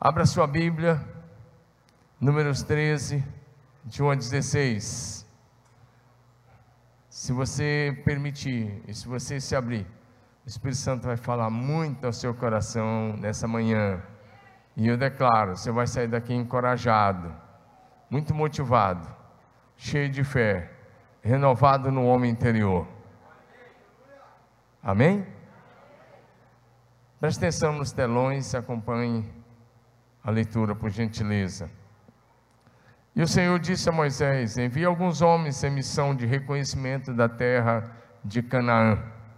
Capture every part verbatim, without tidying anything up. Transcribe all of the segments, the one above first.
Abra sua Bíblia, Números treze, de um a dezesseis. Se você permitir, e se você se abrir, o Espírito Santo vai falar muito ao seu coração nessa manhã. E eu declaro, você vai sair daqui encorajado, muito motivado, cheio de fé, renovado no homem interior. Amém? Preste atenção nos telões, acompanhe a leitura, por gentileza. E o Senhor disse a Moisés: envie alguns homens em missão de reconhecimento da terra de Canaã,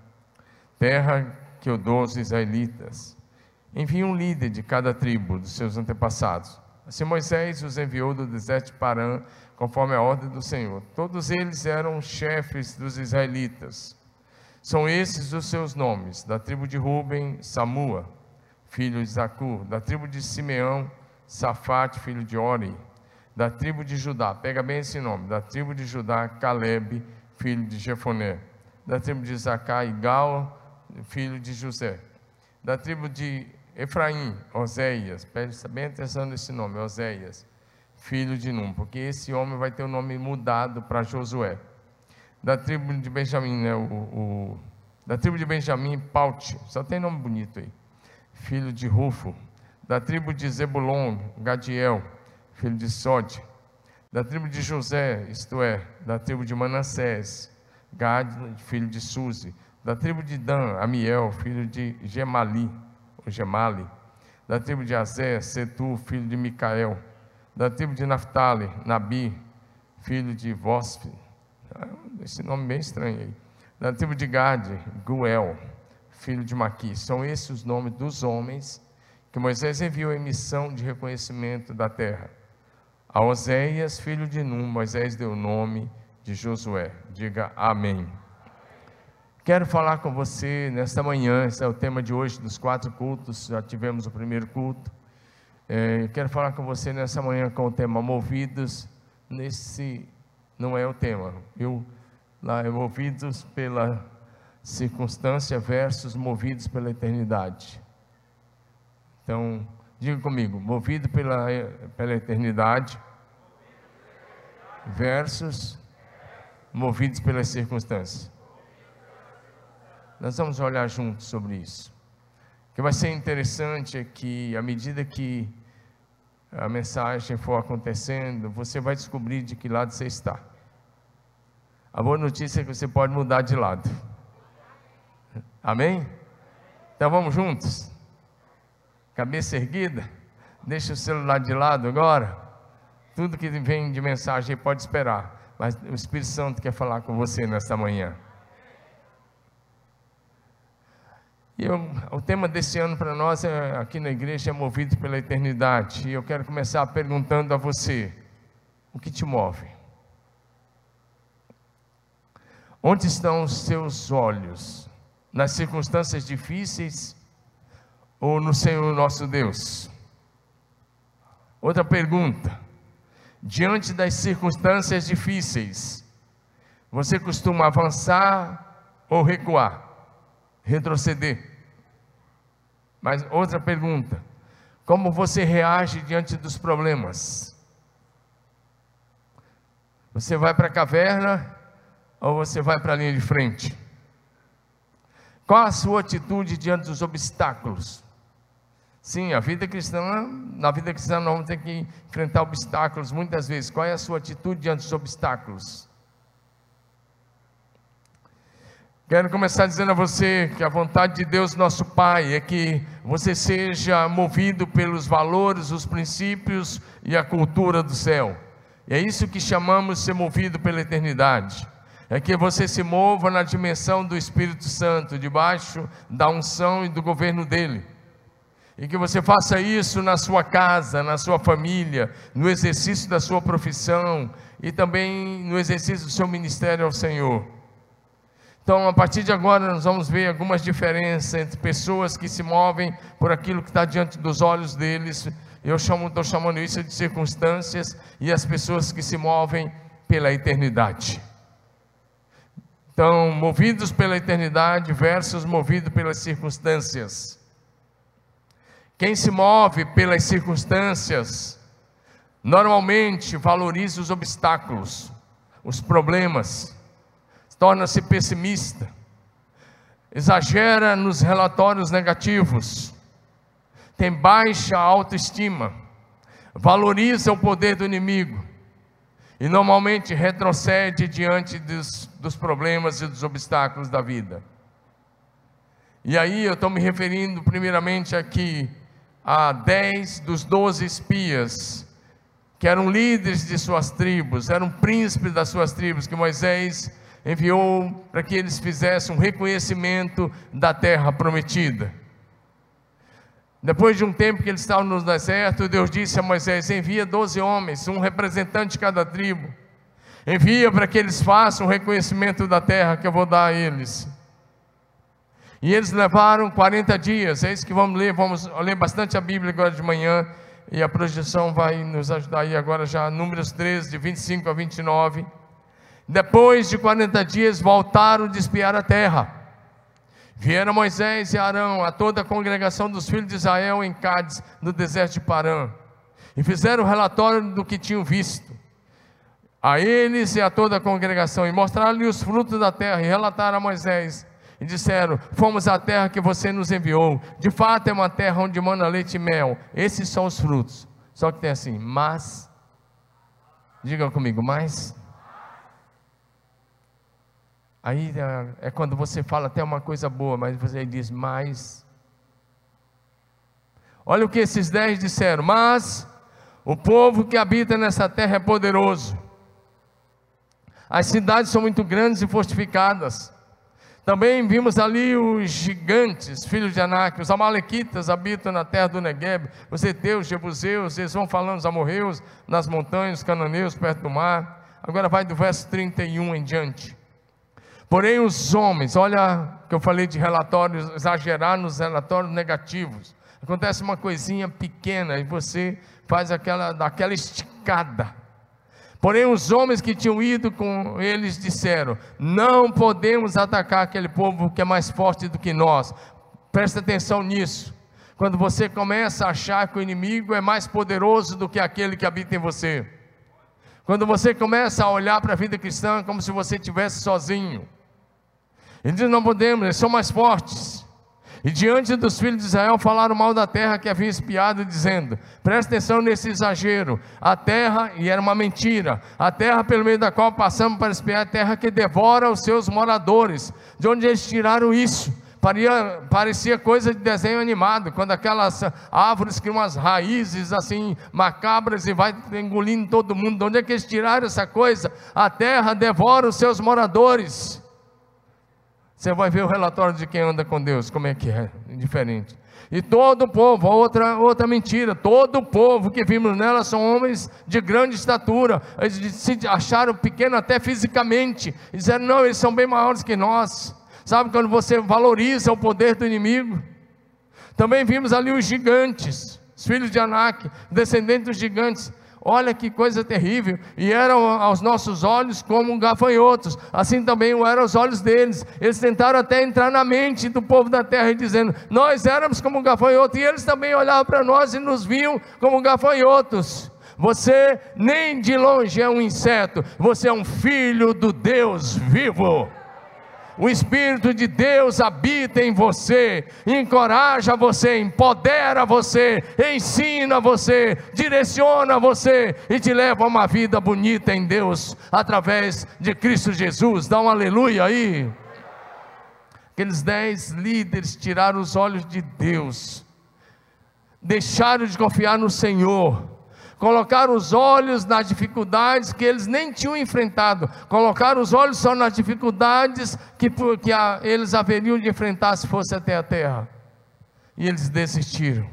terra que eu dou aos israelitas. Envie um líder de cada tribo dos seus antepassados. Assim Moisés os enviou do deserto de Parã, conforme a ordem do Senhor. Todos eles eram chefes dos israelitas. São esses os seus nomes: da tribo de Ruben, Samua, filho de Zacur; da tribo de Simeão, Safate, filho de Ori; da tribo de Judá, pega bem esse nome, da tribo de Judá, Calebe, filho de Jefoné; da tribo de Zacá, Igal, filho de José; da tribo de Efraim, Oséias, preste bem atenção nesse nome, Oséias, filho de Num, porque esse homem vai ter o nome mudado para Josué. Da tribo de Benjamim, né, o, o, da tribo de Benjamim, Paute, só tem nome bonito aí, filho de Rufo; da tribo de Zebulon, Gadiel, filho de Sode; da tribo de José, isto é, da tribo de Manassés, Gad, filho de Suzi; da tribo de Dan, Amiel, filho de Gemali, ou Gemali; da tribo de Azé, Setu, filho de Micael; da tribo de Naftali, Nabi, filho de Vosfe, esse nome bem estranho aí; da tribo de Gade, Guel, filho de Maqui. São esses os nomes dos homens que Moisés enviou em missão de reconhecimento da terra. A Oséias, filho de Num, Moisés deu o nome de Josué. Diga amém. Quero falar com você nesta manhã, esse é o tema de hoje dos quatro cultos, já tivemos o primeiro culto. É, quero falar com você nessa manhã com o tema movidos, nesse não é o tema, viu? Lá é movidos pela circunstância versus movidos pela eternidade. Então, diga comigo, movido pela, pela eternidade versus movidos pelas circunstâncias. Nós vamos olhar juntos sobre isso. O que vai ser interessante é que, à medida que a mensagem for acontecendo, você vai descobrir de que lado você está. A boa notícia é que você pode mudar de lado. Amém? Então vamos juntos? Cabeça erguida, deixa o celular de lado agora. Tudo que vem de mensagem pode esperar, mas o Espírito Santo quer falar com você nesta manhã. E eu, o tema desse ano para nós é, aqui na igreja, é movido pela eternidade. E eu quero começar perguntando a você: o que te move? Onde estão os seus olhos? Nas circunstâncias difíceis ou no Senhor nosso Deus? Outra pergunta: diante das circunstâncias difíceis, você costuma avançar ou recuar, retroceder? Mas outra pergunta: como você reage diante dos problemas? Você vai para a caverna ou você vai para a linha de frente? Qual a sua atitude diante dos obstáculos? Sim, a vida cristã, na vida cristã nós vamos ter que enfrentar obstáculos muitas vezes. Qual é a sua atitude diante dos obstáculos? Quero começar dizendo a você que a vontade de Deus, nosso Pai, é que você seja movido pelos valores, os princípios e a cultura do céu. E é isso que chamamos de ser movido pela eternidade. É que você se mova na dimensão do Espírito Santo, debaixo da unção e do governo dele. E que você faça isso na sua casa, na sua família, no exercício da sua profissão e também no exercício do seu ministério ao Senhor. Então, a partir de agora, nós vamos ver algumas diferenças entre pessoas que se movem por aquilo que está diante dos olhos deles. Eu chamo, estou chamando isso de circunstâncias, e as pessoas que se movem pela eternidade. Então, movidos pela eternidade versus movidos pelas circunstâncias. Quem se move pelas circunstâncias, normalmente valoriza os obstáculos, os problemas, torna-se pessimista, exagera nos relatórios negativos, tem baixa autoestima, valoriza o poder do inimigo e normalmente retrocede diante dos, dos problemas e dos obstáculos da vida. E aí eu estou me referindo primeiramente aqui a dez dos doze espias, que eram líderes de suas tribos, eram príncipes das suas tribos, que Moisés enviou para que eles fizessem um reconhecimento da terra prometida. Depois de um tempo que eles estavam no deserto, Deus disse a Moisés: envia doze homens, um representante de cada tribo, envia para que eles façam o reconhecimento da terra que eu vou dar a eles. E eles levaram quarenta dias, é isso que vamos ler, vamos ler bastante a Bíblia agora de manhã, e a projeção vai nos ajudar aí agora já, Números treze, de vinte e cinco a vinte e nove. Depois de quarenta dias, voltaram de espiar a terra. Vieram Moisés e Arão, a toda a congregação dos filhos de Israel em Cádiz, no deserto de Parã, e fizeram o relatório do que tinham visto, a eles e a toda a congregação, e mostraram-lhe os frutos da terra, e relataram a Moisés, e disseram: fomos à terra que você nos enviou, de fato é uma terra onde mana leite e mel, esses são os frutos. Só que tem assim, mas, digam comigo, mas. Aí é quando você fala até uma coisa boa, mas você diz, mas. Olha o que esses dez disseram: mas o povo que habita nessa terra é poderoso, as cidades são muito grandes e fortificadas. Também vimos ali os gigantes, filhos de Anak, os amalequitas habitam na terra do Negueb, os heteus, jebuseus, eles vão falando, os amorreus, nas montanhas, os cananeus, perto do mar. Agora vai do verso trinta e um em diante. Porém os homens, olha que eu falei de relatórios, exagerar nos relatórios negativos. Acontece uma coisinha pequena e você faz aquela, daquela esticada. Porém os homens que tinham ido com eles disseram: não podemos atacar aquele povo que é mais forte do que nós. Presta atenção nisso. Quando você começa a achar que o inimigo é mais poderoso do que aquele que habita em você. Quando você começa a olhar para a vida cristã como se você estivesse sozinho. Ele diz: não podemos, eles são mais fortes. E diante dos filhos de Israel falaram mal da terra que havia espiado, dizendo: presta atenção nesse exagero, a terra, e era uma mentira, a terra pelo meio da qual passamos para espiar, a terra que devora os seus moradores. De onde eles tiraram isso? Parecia, parecia coisa de desenho animado, quando aquelas árvores criam umas raízes assim macabras e vai engolindo todo mundo. De onde é que eles tiraram essa coisa? A terra devora os seus moradores. Você vai ver o relatório de quem anda com Deus, como é que é, diferente. E todo o povo, outra, outra mentira, todo o povo que vimos nela são homens de grande estatura. Eles se acharam pequenos até fisicamente, e disseram: não, eles são bem maiores que nós. Sabe quando você valoriza o poder do inimigo? Também vimos ali os gigantes, os filhos de Anak, descendentes dos gigantes. Olha que coisa terrível, e eram aos nossos olhos como gafanhotos, assim também eram os olhos deles. Eles tentaram até entrar na mente do povo da terra, e dizendo: nós éramos como gafanhotos, e eles também olhavam para nós e nos viam como gafanhotos. Você nem de longe é um inseto, você é um filho do Deus vivo. O Espírito de Deus habita em você, encoraja você, empodera você, ensina você, direciona você e te leva a uma vida bonita em Deus, através de Cristo Jesus. Dá um aleluia aí. Aqueles dez líderes tiraram os olhos de Deus, deixaram de confiar no Senhor, colocaram os olhos nas dificuldades que eles nem tinham enfrentado, colocaram os olhos só nas dificuldades que, que a, eles haveriam de enfrentar se fosse até a terra, e eles desistiram.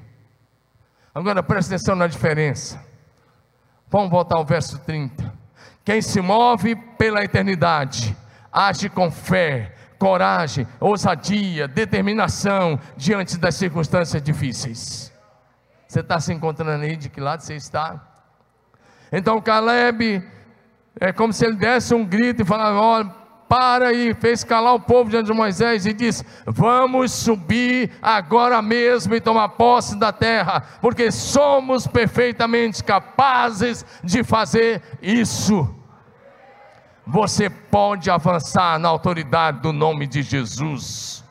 Agora presta atenção na diferença. Vamos voltar ao verso trinta. Quem se move pela eternidade, age com fé, coragem, ousadia, determinação, diante das circunstâncias difíceis. Você está se encontrando aí? De que lado você está? Então Caleb, é como se ele desse um grito e falasse: olha, para e fez calar o povo diante de Moisés e disse: vamos subir agora mesmo e tomar posse da terra, porque somos perfeitamente capazes de fazer isso. Você pode avançar na autoridade do nome de Jesus.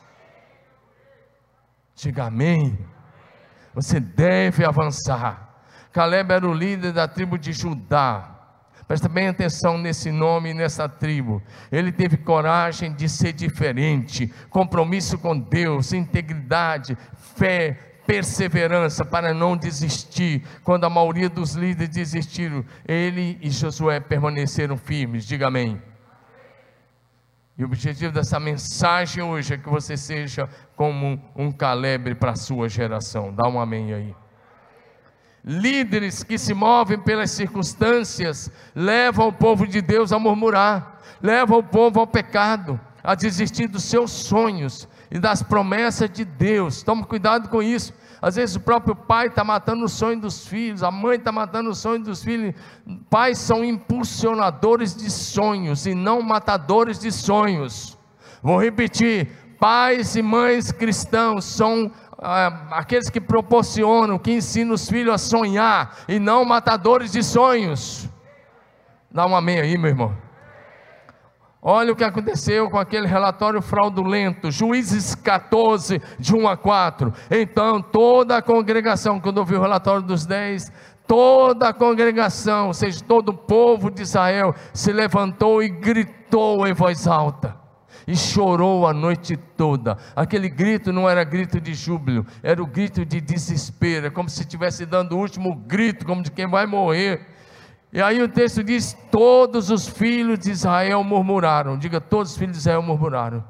Diga amém. Você deve avançar. Caleb era o líder da tribo de Judá. Presta bem atenção nesse nome e nessa tribo. Ele teve coragem de ser diferente, compromisso com Deus, integridade, fé, perseverança para não desistir. Quando a maioria dos líderes desistiram, ele e Josué permaneceram firmes. Diga amém. E o objetivo dessa mensagem hoje é que você seja como um Caleb para a sua geração. Dá um amém aí. Líderes que se movem pelas circunstâncias levam o povo de Deus a murmurar, levam o povo ao pecado, a desistir dos seus sonhos e das promessas de Deus. Tome cuidado com isso. Às vezes o próprio pai está matando o sonho dos filhos, a mãe está matando o sonho dos filhos. Pais são impulsionadores de sonhos e não matadores de sonhos. Vou repetir: pais e mães cristãos são ah, aqueles que proporcionam, que ensinam os filhos a sonhar e não matadores de sonhos. Dá um amém aí, meu irmão. Olha o que aconteceu com aquele relatório fraudulento, Juízes catorze, de um a quatro. Então toda a congregação, quando ouviu o relatório dos dez, toda a congregação, ou seja, todo o povo de Israel, se levantou e gritou em voz alta, e chorou a noite toda. Aquele grito não era grito de júbilo, era o grito de desespero, é como se estivesse dando o último grito, como de quem vai morrer. E aí o texto diz: todos os filhos de Israel murmuraram. Diga: todos os filhos de Israel murmuraram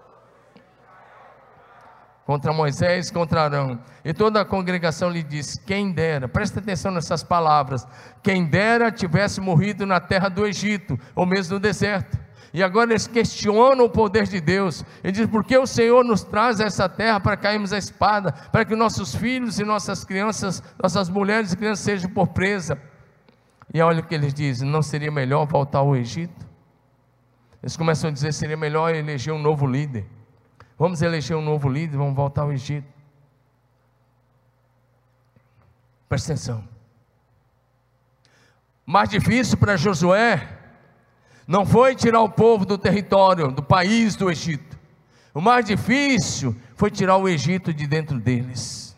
contra Moisés, contra Arão. E toda a congregação lhe disse: quem dera, presta atenção nessas palavras, quem dera tivesse morrido na terra do Egito, ou mesmo no deserto. E agora eles questionam o poder de Deus. Ele diz: por que o Senhor nos traz a essa terra para cairmos a espada, para que nossos filhos e nossas crianças, nossas mulheres e crianças sejam por presa? E olha o que eles dizem: não seria melhor voltar ao Egito? Eles começam a dizer: seria melhor eleger um novo líder. Vamos eleger um novo líder, vamos voltar ao Egito. Presta atenção. Mais difícil para Josué não foi tirar o povo do território, do país do Egito. O mais difícil foi tirar o Egito de dentro deles.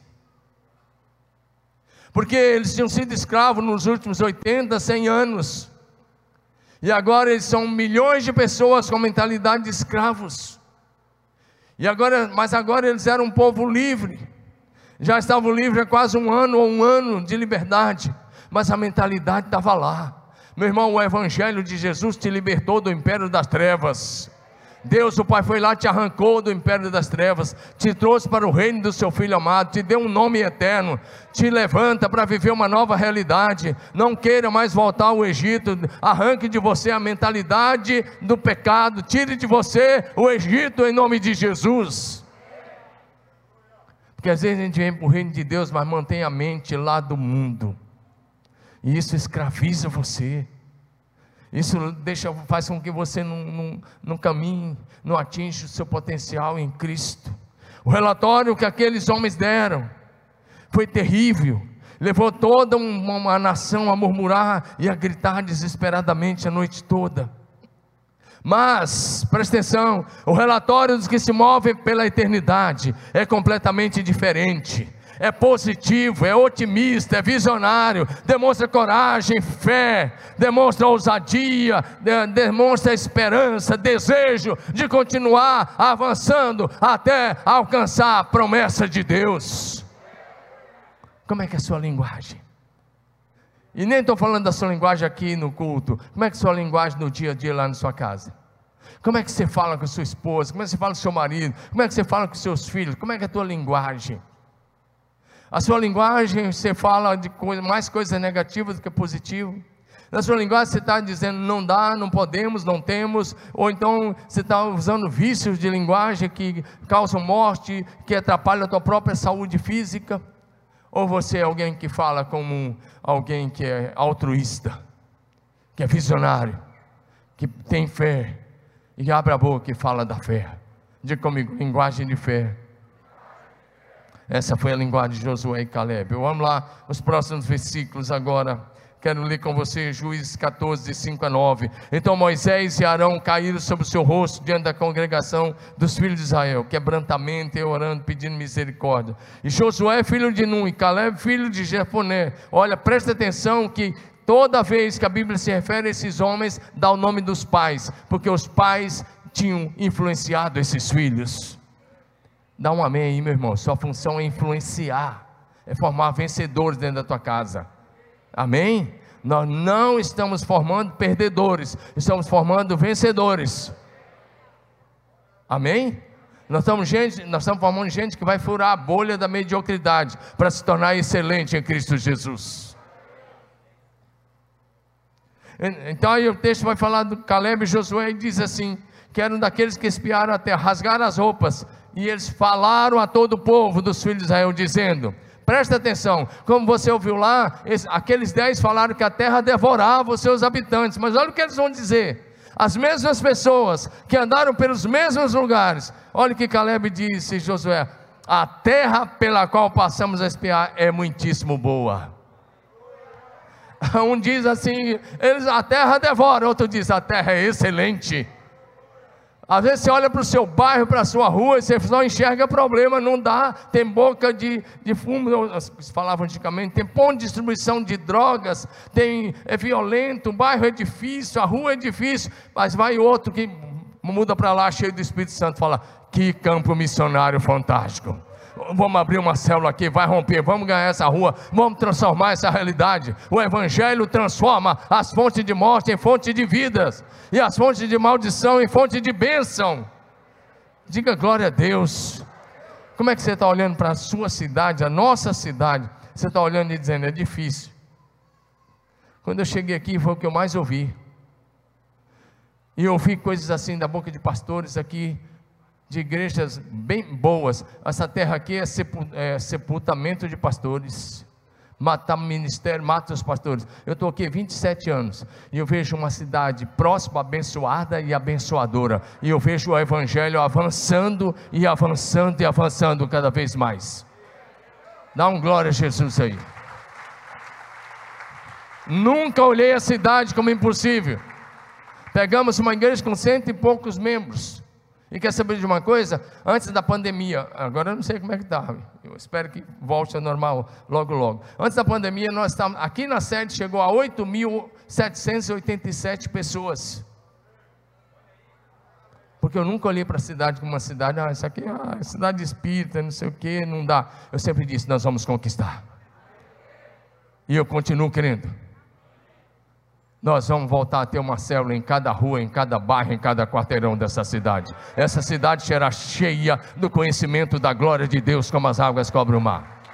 Porque eles tinham sido escravos nos últimos oitenta, cem anos. E agora eles são milhões de pessoas com mentalidade de escravos. E agora, mas agora eles eram um povo livre. Já estavam livres há quase um ano ou um ano de liberdade. Mas a mentalidade estava lá. Meu irmão, o Evangelho de Jesus te libertou do império das trevas. Deus, o Pai, foi lá, te arrancou do império das trevas, te trouxe para o reino do seu Filho amado, te deu um nome eterno, te levanta para viver uma nova realidade. Não queira mais voltar ao Egito. Arranque de você a mentalidade do pecado, tire de você o Egito em nome de Jesus. Porque às vezes a gente vem para o reino de Deus, mas mantém a mente lá do mundo, e isso escraviza você. Isso deixa, faz com que você não, não, não caminhe, não atinja o seu potencial em Cristo. O relatório que aqueles homens deram foi terrível. Levou toda uma, uma nação a murmurar e a gritar desesperadamente a noite toda. Mas, presta atenção, o relatório dos que se movem pela eternidade é completamente diferente. É positivo, é otimista, é visionário, demonstra coragem, fé, demonstra ousadia, de, demonstra esperança, desejo de continuar avançando até alcançar a promessa de Deus. Como é que é a sua linguagem? E nem estou falando da sua linguagem aqui no culto. Como é que é a sua linguagem no dia a dia lá na sua casa? Como é que você fala com a sua esposa? Como é que você fala com o seu marido? Como é que você fala com os seus filhos? Como é que é a tua linguagem? A sua linguagem, você fala de coisa, mais coisas negativas do que positivas. Na sua linguagem você está dizendo não dá, não podemos, não temos. Ou então você está usando vícios de linguagem que causam morte, que atrapalham a tua própria saúde física. Ou você é alguém que fala como alguém que é altruísta, que é visionário, que tem fé, e abre a boca e fala da fé. Diga comigo, linguagem de fé. Essa foi a linguagem de Josué e Caleb. Vamos lá, os próximos versículos agora. Quero ler com você Juízes catorze, de cinco a nove. Então Moisés e Arão caíram sobre o seu rosto diante da congregação dos filhos de Israel, quebrantamento e orando, pedindo misericórdia. E Josué, filho de Nun, e Caleb, filho de Jefoné. Olha, presta atenção que toda vez que a Bíblia se refere a esses homens, dá o nome dos pais, porque os pais tinham influenciado esses filhos. Dá um amém aí, meu irmão. Sua função é influenciar, é formar vencedores dentro da tua casa. Amém? Nós não estamos formando perdedores, estamos formando vencedores. Amém? Nós estamos, gente, nós estamos formando gente que vai furar a bolha da mediocridade para se tornar excelente em Cristo Jesus. Então aí o texto vai falar do Caleb e Josué e diz assim, que eram daqueles que espiaram a terra, rasgaram as roupas, e eles falaram a todo o povo dos filhos de Israel, dizendo, presta atenção, como você ouviu lá, esses, aqueles dez falaram que a terra devorava os seus habitantes, mas olha o que eles vão dizer, as mesmas pessoas que andaram pelos mesmos lugares, olha o que Caleb disse, Josué, a terra pela qual passamos a espiar é muitíssimo boa. Um diz assim, eles, a terra devora, outro diz, a terra é excelente. Às vezes você olha para o seu bairro, para a sua rua, e você só enxerga problema, não dá, tem boca de, de fumo, falavam antigamente, tem ponto de distribuição de drogas, tem, é violento, o bairro é difícil, a rua é difícil, mas vai outro que muda para lá, cheio do Espírito Santo, fala, que campo missionário fantástico, vamos abrir uma célula aqui, vai romper, vamos ganhar essa rua, vamos transformar essa realidade. O Evangelho transforma as fontes de morte em fontes de vidas, e as fontes de maldição em fontes de bênção. Diga glória a Deus. Como é que você está olhando para a sua cidade, a nossa cidade? Você está olhando e dizendo, é difícil. Quando eu cheguei aqui foi o que eu mais ouvi, e eu ouvi coisas assim da boca de pastores aqui, de igrejas bem boas. Essa terra aqui é, sepu, é sepultamento de pastores, mata ministério, mata os pastores. Eu estou aqui há vinte e sete anos, e eu vejo uma cidade próxima, abençoada e abençoadora, e eu vejo o Evangelho avançando, e avançando, e avançando cada vez mais. Dá um glória a Jesus aí. Nunca olhei a cidade como impossível. Pegamos uma igreja com cento e poucos membros, e quer saber de uma coisa? Antes da pandemia, agora eu não sei como é que está, eu espero que volte ao normal logo logo. Antes da pandemia, nós estávamos, aqui na sede chegou a oito mil setecentas e oitenta e sete pessoas. Porque eu nunca olhei para a cidade como uma cidade, ah, isso aqui ah, é cidade espírita, não sei o que, não dá. Eu sempre disse, nós vamos conquistar. E eu continuo crendo. Nós vamos voltar a ter uma célula em cada rua, em cada bairro, em cada quarteirão dessa cidade. Essa cidade será cheia do conhecimento da glória de Deus, como as águas cobrem o mar.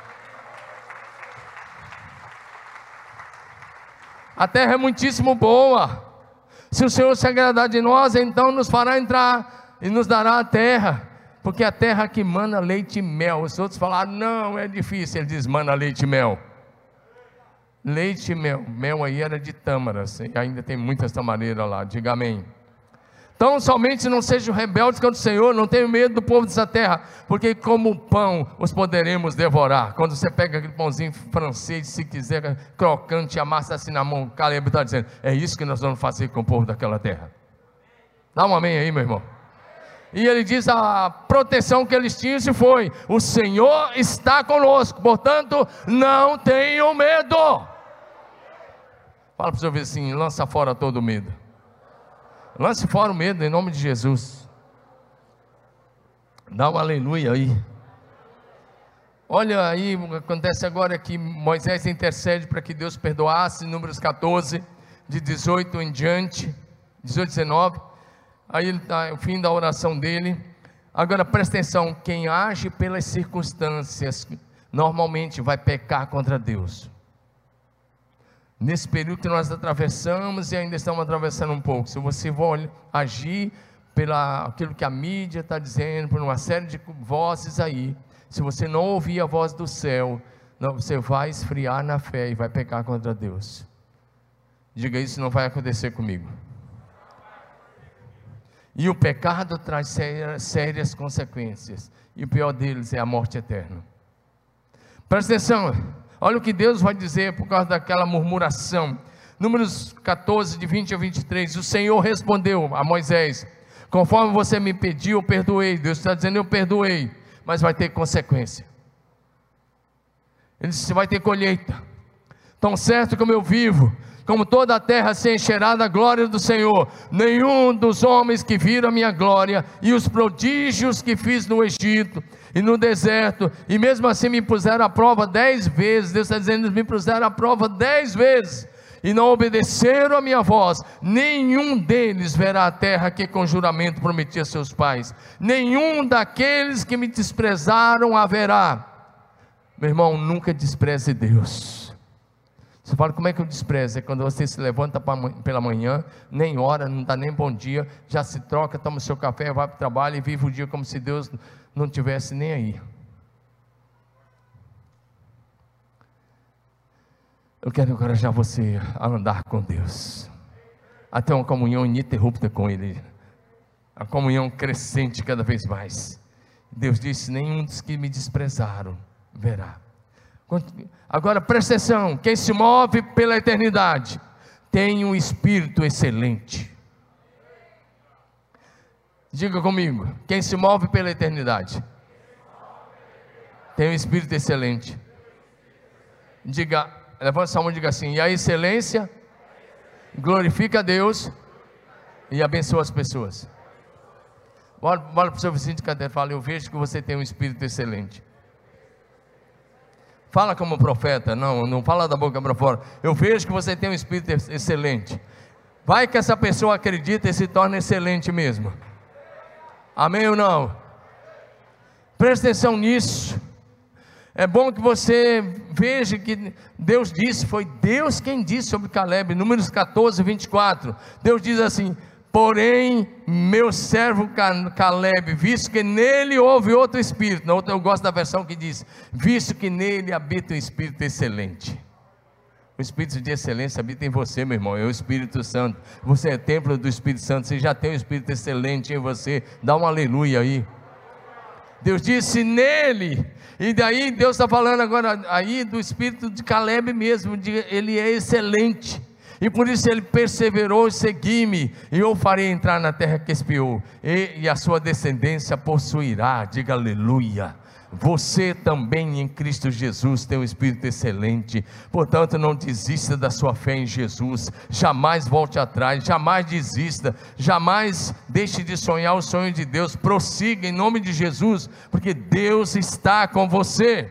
A terra é muitíssimo boa. Se o Senhor se agradar de nós, então nos fará entrar e nos dará a terra, porque a terra que mana leite e mel. Os outros falaram, não, é difícil. Ele diz, mana leite e mel. Leite e mel, mel aí era de tâmaras, e ainda tem muitas tamareiras lá, diga amém. Então somente não sejam rebeldes contra o Senhor, não tenham medo do povo dessa terra, porque como pão os poderemos devorar. Quando você pega aquele pãozinho francês, se quiser, crocante, amassa assim na mão, Caleb está dizendo, é isso que nós vamos fazer com o povo daquela terra. Dá um amém aí, meu irmão. E ele diz, a proteção que eles tinham se foi, o Senhor está conosco, portanto não tenham medo. Fala para o seu vizinho, lança fora todo o medo. Lance fora o medo em nome de Jesus. Dá um aleluia aí. Olha aí, o que acontece agora é que Moisés intercede para que Deus perdoasse, Números catorze, de dezoito em diante, dezoito, dezenove. Aí ele está, o fim da oração dele. Agora presta atenção, quem age pelas circunstâncias, normalmente vai pecar contra Deus. Nesse período que nós atravessamos e ainda estamos atravessando um pouco, se você for agir pela aquilo que a mídia está dizendo, por uma série de vozes aí, se você não ouvir a voz do céu, não, você vai esfriar na fé e vai pecar contra Deus. Diga, isso não vai acontecer comigo. E o pecado traz sérias, sérias consequências, e o pior deles é a morte eterna. Presta atenção, olha o que Deus vai dizer por causa daquela murmuração. Números catorze, de vinte a vinte e três, o Senhor respondeu a Moisés: conforme você me pediu, eu perdoei. Deus está dizendo: eu perdoei, mas vai ter consequência. Ele disse: vai ter colheita. Tão certo como eu vivo, como toda a terra se encherá da glória do Senhor, nenhum dos homens que viram a minha glória e os prodígios que fiz no Egito e no deserto, e mesmo assim me puseram à prova dez vezes, Deus está dizendo: me puseram à prova dez vezes, e não obedeceram a minha voz, nenhum deles verá a terra que com juramento prometi a seus pais, nenhum daqueles que me desprezaram haverá. Meu irmão, nunca despreze Deus. Você fala: como é que eu desprezo? É quando você se levanta pela manhã, nem ora, não dá nem bom dia, já se troca, toma o seu café, vai para o trabalho e vive o dia como se Deus não tivesse nem aí. Eu quero encorajar você a andar com Deus, a ter uma comunhão ininterrupta com Ele, a comunhão crescente cada vez mais. Deus disse: nenhum dos que me desprezaram verá. Agora presta atenção: quem se move pela eternidade tem um espírito excelente. Diga comigo: quem se move pela eternidade tem um espírito excelente. Diga, levanta sua mão e diga assim: e a excelência glorifica a Deus e abençoa as pessoas. Bora, bora para o seu vizinho de cadeira e fala: eu vejo que você tem um espírito excelente. Fala como profeta, não, não fala da boca para fora. Eu vejo que você tem um espírito excelente. Vai que essa pessoa acredita e se torna excelente mesmo. Amém ou não? Presta atenção nisso. É bom que você veja que Deus disse, foi Deus quem disse sobre Caleb, Números catorze, vinte e quatro. Deus diz assim: porém, meu servo Caleb, visto que nele houve outro espírito. Na outra eu gosto da versão que diz: visto que nele habita um espírito excelente. O espírito de excelência habita em você, meu irmão, é o Espírito Santo. Você é templo do Espírito Santo, você já tem um espírito excelente em você. Dá um aleluia aí. Deus disse nele, e daí Deus está falando agora aí do espírito de Caleb mesmo, de, ele é excelente. E por isso ele perseverou: segui-me, e eu farei entrar na terra que espiou, e, e a sua descendência possuirá. Diga aleluia. Você também em Cristo Jesus tem um espírito excelente. Portanto, não desista da sua fé em Jesus. Jamais volte atrás, jamais desista, jamais deixe de sonhar o sonho de Deus. Prossiga em nome de Jesus, porque Deus está com você.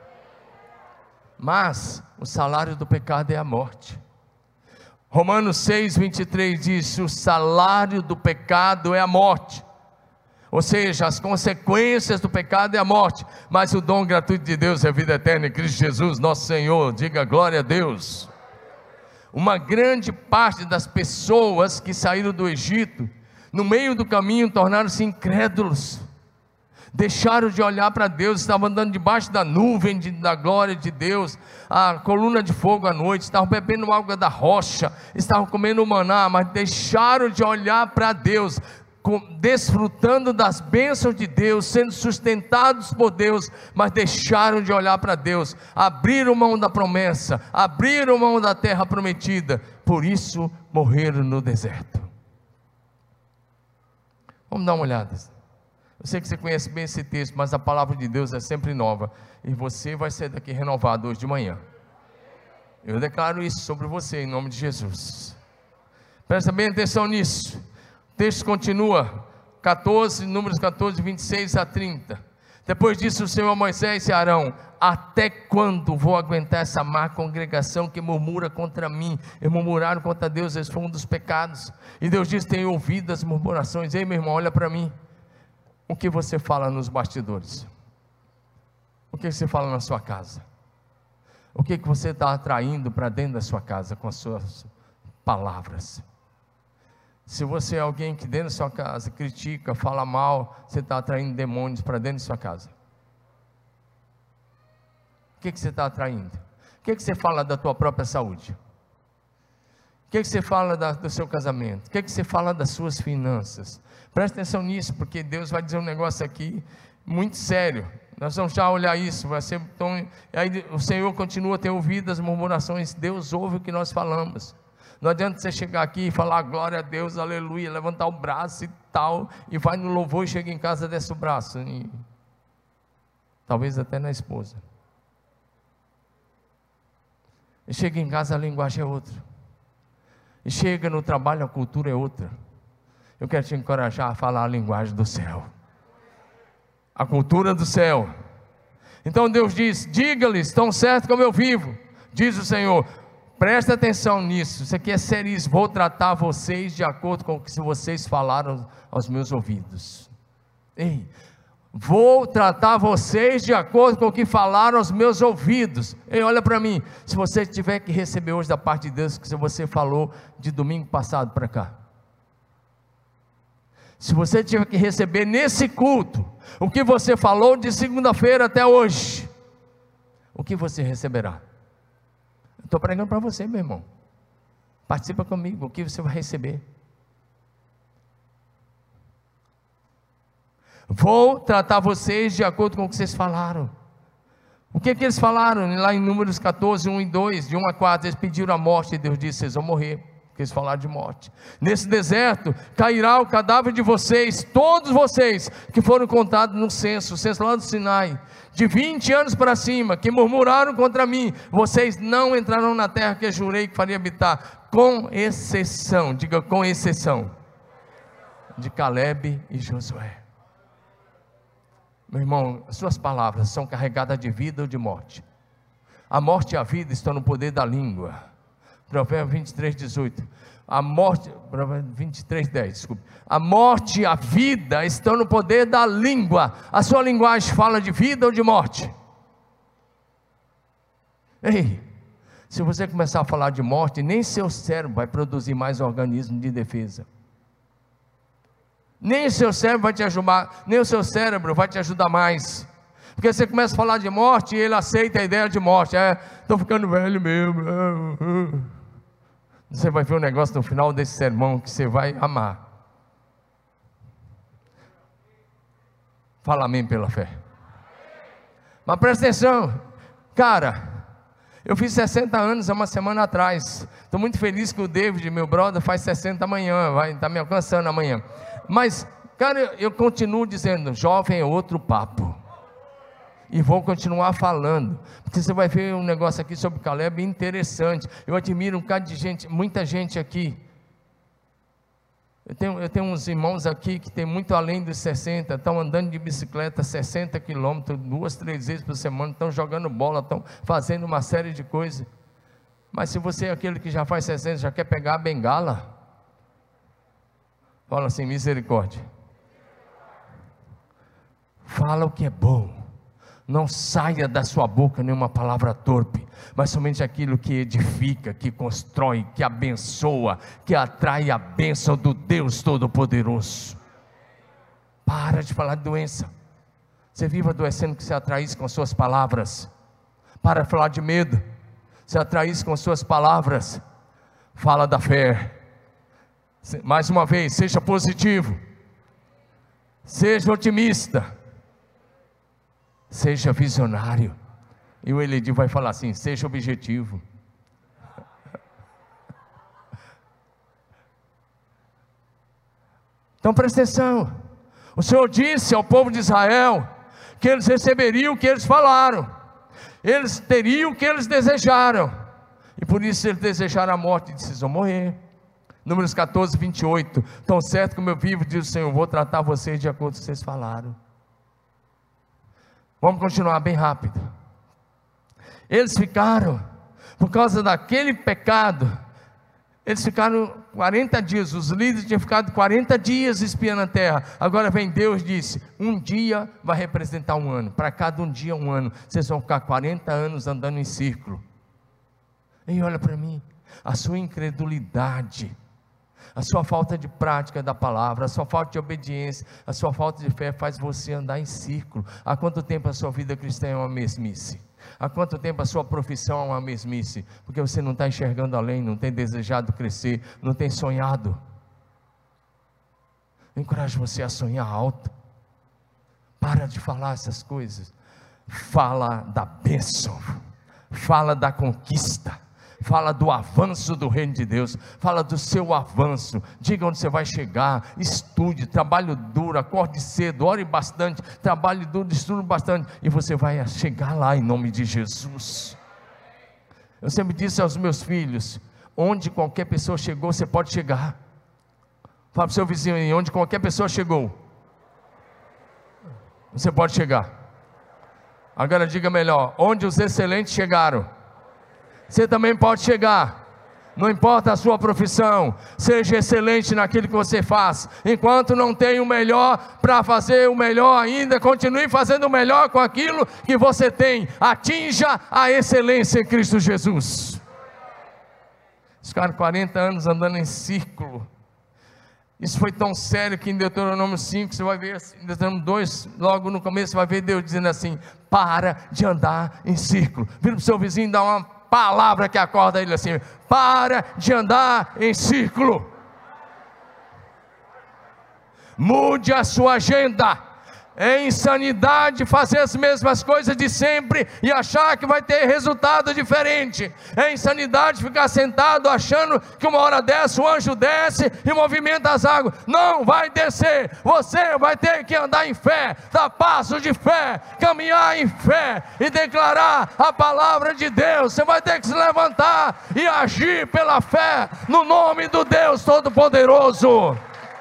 Mas o salário do pecado é a morte. Romanos seis, vinte e três diz: o salário do pecado é a morte. Ou seja, as consequências do pecado é a morte, mas o dom gratuito de Deus é a vida eterna em Cristo Jesus, nosso Senhor. Diga glória a Deus. Uma grande parte das pessoas que saíram do Egito, no meio do caminho tornaram-se incrédulos, deixaram de olhar para Deus, estavam andando debaixo da nuvem de, da glória de Deus, a coluna de fogo à noite, estavam bebendo água da rocha, estavam comendo maná, mas deixaram de olhar para Deus, com, desfrutando das bênçãos de Deus, sendo sustentados por Deus, mas deixaram de olhar para Deus, abriram mão da promessa, abriram mão da terra prometida, por isso morreram no deserto. Vamos dar uma olhada. Eu sei que você conhece bem esse texto, mas a palavra de Deus é sempre nova, e você vai sair daqui renovado hoje de manhã. Eu declaro isso sobre você em nome de Jesus. Presta bem atenção nisso. O texto continua, catorze, Números catorze, vinte e seis a trinta. Depois disse o Senhor a Moisés e Arão: até quando vou aguentar essa má congregação que murmura contra mim? E murmuraram contra Deus, esse foi um dos pecados. E Deus disse: tenho ouvido as murmurações. Ei, meu irmão, olha para mim. O que você fala nos bastidores? O que você fala na sua casa? O que você está atraindo para dentro da sua casa com as suas palavras? Se você é alguém que dentro da sua casa critica, fala mal, você está atraindo demônios para dentro da sua casa. O que você está atraindo? O que você fala da tua própria saúde? O que, que você fala da, do seu casamento? O que, que você fala das suas finanças? Preste atenção nisso, porque Deus vai dizer um negócio aqui muito sério. Nós vamos já olhar isso, vai ser tão... Aí o Senhor continua a ter ouvido as murmurações. Deus ouve o que nós falamos. Não adianta você chegar aqui e falar glória a Deus, aleluia, levantar o braço e tal, e vai no louvor e chega em casa, desce o braço, e talvez até na esposa. E chega em casa, a linguagem é outra. E chega no trabalho, a cultura é outra. Eu quero te encorajar a falar a linguagem do céu, a cultura do céu. Então Deus diz: diga-lhes, tão certo como eu vivo, diz o Senhor. Presta atenção nisso, isso aqui é seríssimo. Vou tratar vocês de acordo com o que vocês falaram aos meus ouvidos. Ei, vou tratar vocês de acordo com o que falaram aos meus ouvidos. Ei, olha para mim, se você tiver que receber hoje da parte de Deus, que você falou de domingo passado para cá, se você tiver que receber nesse culto o que você falou de segunda-feira até hoje, o que você receberá? Estou pregando para você, meu irmão. Participa comigo, o que você vai receber? Vou tratar vocês de acordo com o que vocês falaram. O que, que eles falaram? Lá em Números catorze, um e dois, de um a quatro, eles pediram a morte, e Deus disse: vocês vão morrer. Porque eles falaram de morte. Nesse deserto cairá o cadáver de vocês, todos vocês que foram contados no censo, o censo lá do Sinai, de vinte anos para cima, que murmuraram contra mim, vocês não entrarão na terra que eu jurei que faria habitar, com exceção, diga com exceção, de Caleb e Josué. Meu irmão, as suas palavras são carregadas de vida ou de morte. A morte e a vida estão no poder da língua. Provérbios vinte e três, dezoito. A morte, vinte e três, dez, desculpe. A morte e a vida estão no poder da língua. A sua linguagem fala de vida ou de morte? Ei, se você começar a falar de morte, nem seu cérebro vai produzir mais organismo de defesa. Nem o seu cérebro vai te ajudar, nem o seu cérebro vai te ajudar mais. Porque você começa a falar de morte e ele aceita a ideia de morte. É, estou ficando velho mesmo. Você vai ver um negócio no final desse sermão que você vai amar. Fala amém pela fé. Mas presta atenção, cara, eu fiz sessenta anos há uma semana atrás. Estou muito feliz que o David, meu brother, faz sessenta amanhã, vai estar me alcançando amanhã. Mas, cara, eu continuo dizendo, jovem é outro papo. E vou continuar falando, porque você vai ver um negócio aqui sobre Caleb interessante. Eu admiro um bocado de gente, muita gente aqui. Eu tenho, eu tenho uns irmãos aqui que tem muito além dos sessenta, estão andando de bicicleta sessenta quilômetros, duas, três vezes por semana, estão jogando bola, estão fazendo uma série de coisas. Mas se você é aquele que já faz sessenta, já quer pegar a bengala, fala assim, misericórdia. Fala o que é bom. Não saia da sua boca nenhuma palavra torpe, mas somente aquilo que edifica, que constrói, que abençoa, que atrai a bênção do Deus Todo-Poderoso. Para de falar de doença. Você vive adoecendo que você atraísse com suas palavras. Para de falar de medo. Você atraísse com suas palavras. Fala da fé. Mais uma vez, seja positivo. Seja otimista. Seja visionário. E o Eledi vai falar assim, seja objetivo. Então presta atenção. O Senhor disse ao povo de Israel que eles receberiam o que eles falaram. Eles teriam o que eles desejaram. E por isso eles desejaram a morte, e precisam morrer. Números catorze, vinte e oito. Tão certo como eu vivo, diz o Senhor, vou tratar vocês de acordo com o que vocês falaram. Vamos continuar bem rápido. Eles ficaram, por causa daquele pecado, eles ficaram quarenta dias, os líderes tinham ficado quarenta dias espiando a terra. Agora vem Deus e disse, um dia vai representar um ano, para cada um dia um ano, vocês vão ficar quarenta anos andando em círculo. E olha para mim, a sua incredulidade, a sua falta de prática da palavra, a sua falta de obediência, a sua falta de fé faz você andar em círculo. Há quanto tempo a sua vida cristã é uma mesmice? Há quanto tempo a sua profissão é uma mesmice? Porque você não está enxergando além, não tem desejado crescer, não tem sonhado. Eu encorajo você a sonhar alto. Para de falar essas coisas. Fala da bênção, fala da conquista, fala do avanço do reino de Deus, fala do seu avanço. Diga onde você vai chegar, estude, trabalhe duro, acorde cedo, ore bastante, trabalhe duro, estude bastante, e você vai chegar lá em nome de Jesus. Eu sempre disse aos meus filhos: onde qualquer pessoa chegou, você pode chegar. Fala para o seu vizinho aí: onde qualquer pessoa chegou, você pode chegar. Agora diga melhor: onde os excelentes chegaram, você também pode chegar. Não importa a sua profissão, seja excelente naquilo que você faz. Enquanto não tem o melhor para fazer o melhor ainda, continue fazendo o melhor com aquilo que você tem. Atinja a excelência em Cristo Jesus. Ficaram quarenta anos andando em círculo. Isso foi tão sério que em Deuteronômio cinco, você vai ver, em Deuteronômio dois, logo no começo, você vai ver Deus dizendo assim: para de andar em círculo. Vira para o seu vizinho e dá uma palavra que acorda ele assim: para de andar em círculo. Mude a sua agenda. É insanidade fazer as mesmas coisas de sempre e achar que vai ter resultado diferente. É insanidade ficar sentado achando que uma hora dessa o anjo desce e movimenta as águas. Não vai descer. Você vai ter que andar em fé, dar passos de fé, caminhar em fé e declarar a palavra de Deus. Você vai ter que se levantar e agir pela fé no nome do Deus Todo-Poderoso.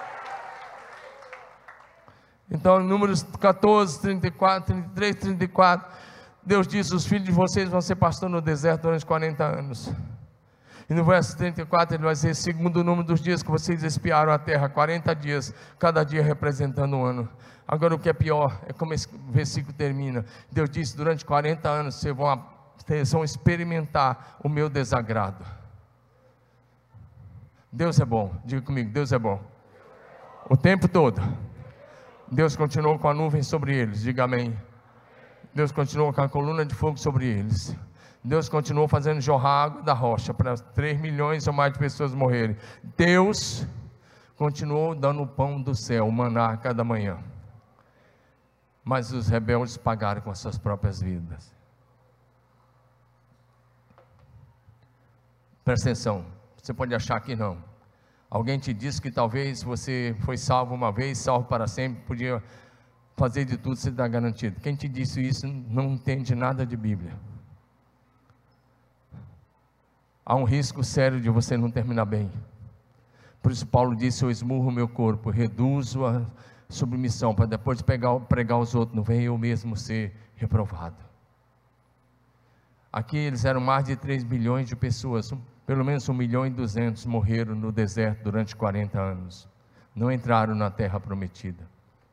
Então, em Números catorze, trinta e quatro, trinta e três, trinta e quatro, Deus diz: os filhos de vocês vão ser pastor no deserto durante quarenta anos. E no verso trinta e quatro ele vai dizer: segundo o número dos dias que vocês espiaram a terra, quarenta dias, cada dia representando um ano. Agora o que é pior, é como esse versículo termina. Deus disse: durante quarenta anos vocês vão, vocês vão experimentar o meu desagrado. Deus é bom, diga comigo: Deus é bom, o tempo todo. Deus continuou com a nuvem sobre eles, diga amém. Deus continuou com a coluna de fogo sobre eles. Deus continuou fazendo jorrar água da rocha para três milhões ou mais de pessoas morrerem. Deus continuou dando o pão do céu, o maná a cada manhã. Mas os rebeldes pagaram com as suas próprias vidas. Presta atenção, você pode achar que não. Alguém te disse que talvez você foi salvo uma vez, salvo para sempre, podia fazer de tudo, você está garantido. Quem te disse isso não entende nada de Bíblia. Há um risco sério de você não terminar bem. Por isso Paulo disse: eu esmurro o meu corpo, reduzo a submissão, para depois de pegar, pregar os outros, não venha eu mesmo ser reprovado. Aqui eles eram mais de três bilhões de pessoas. Pelo menos um milhão e duzentos morreram no deserto durante quarenta anos. Não entraram na terra prometida.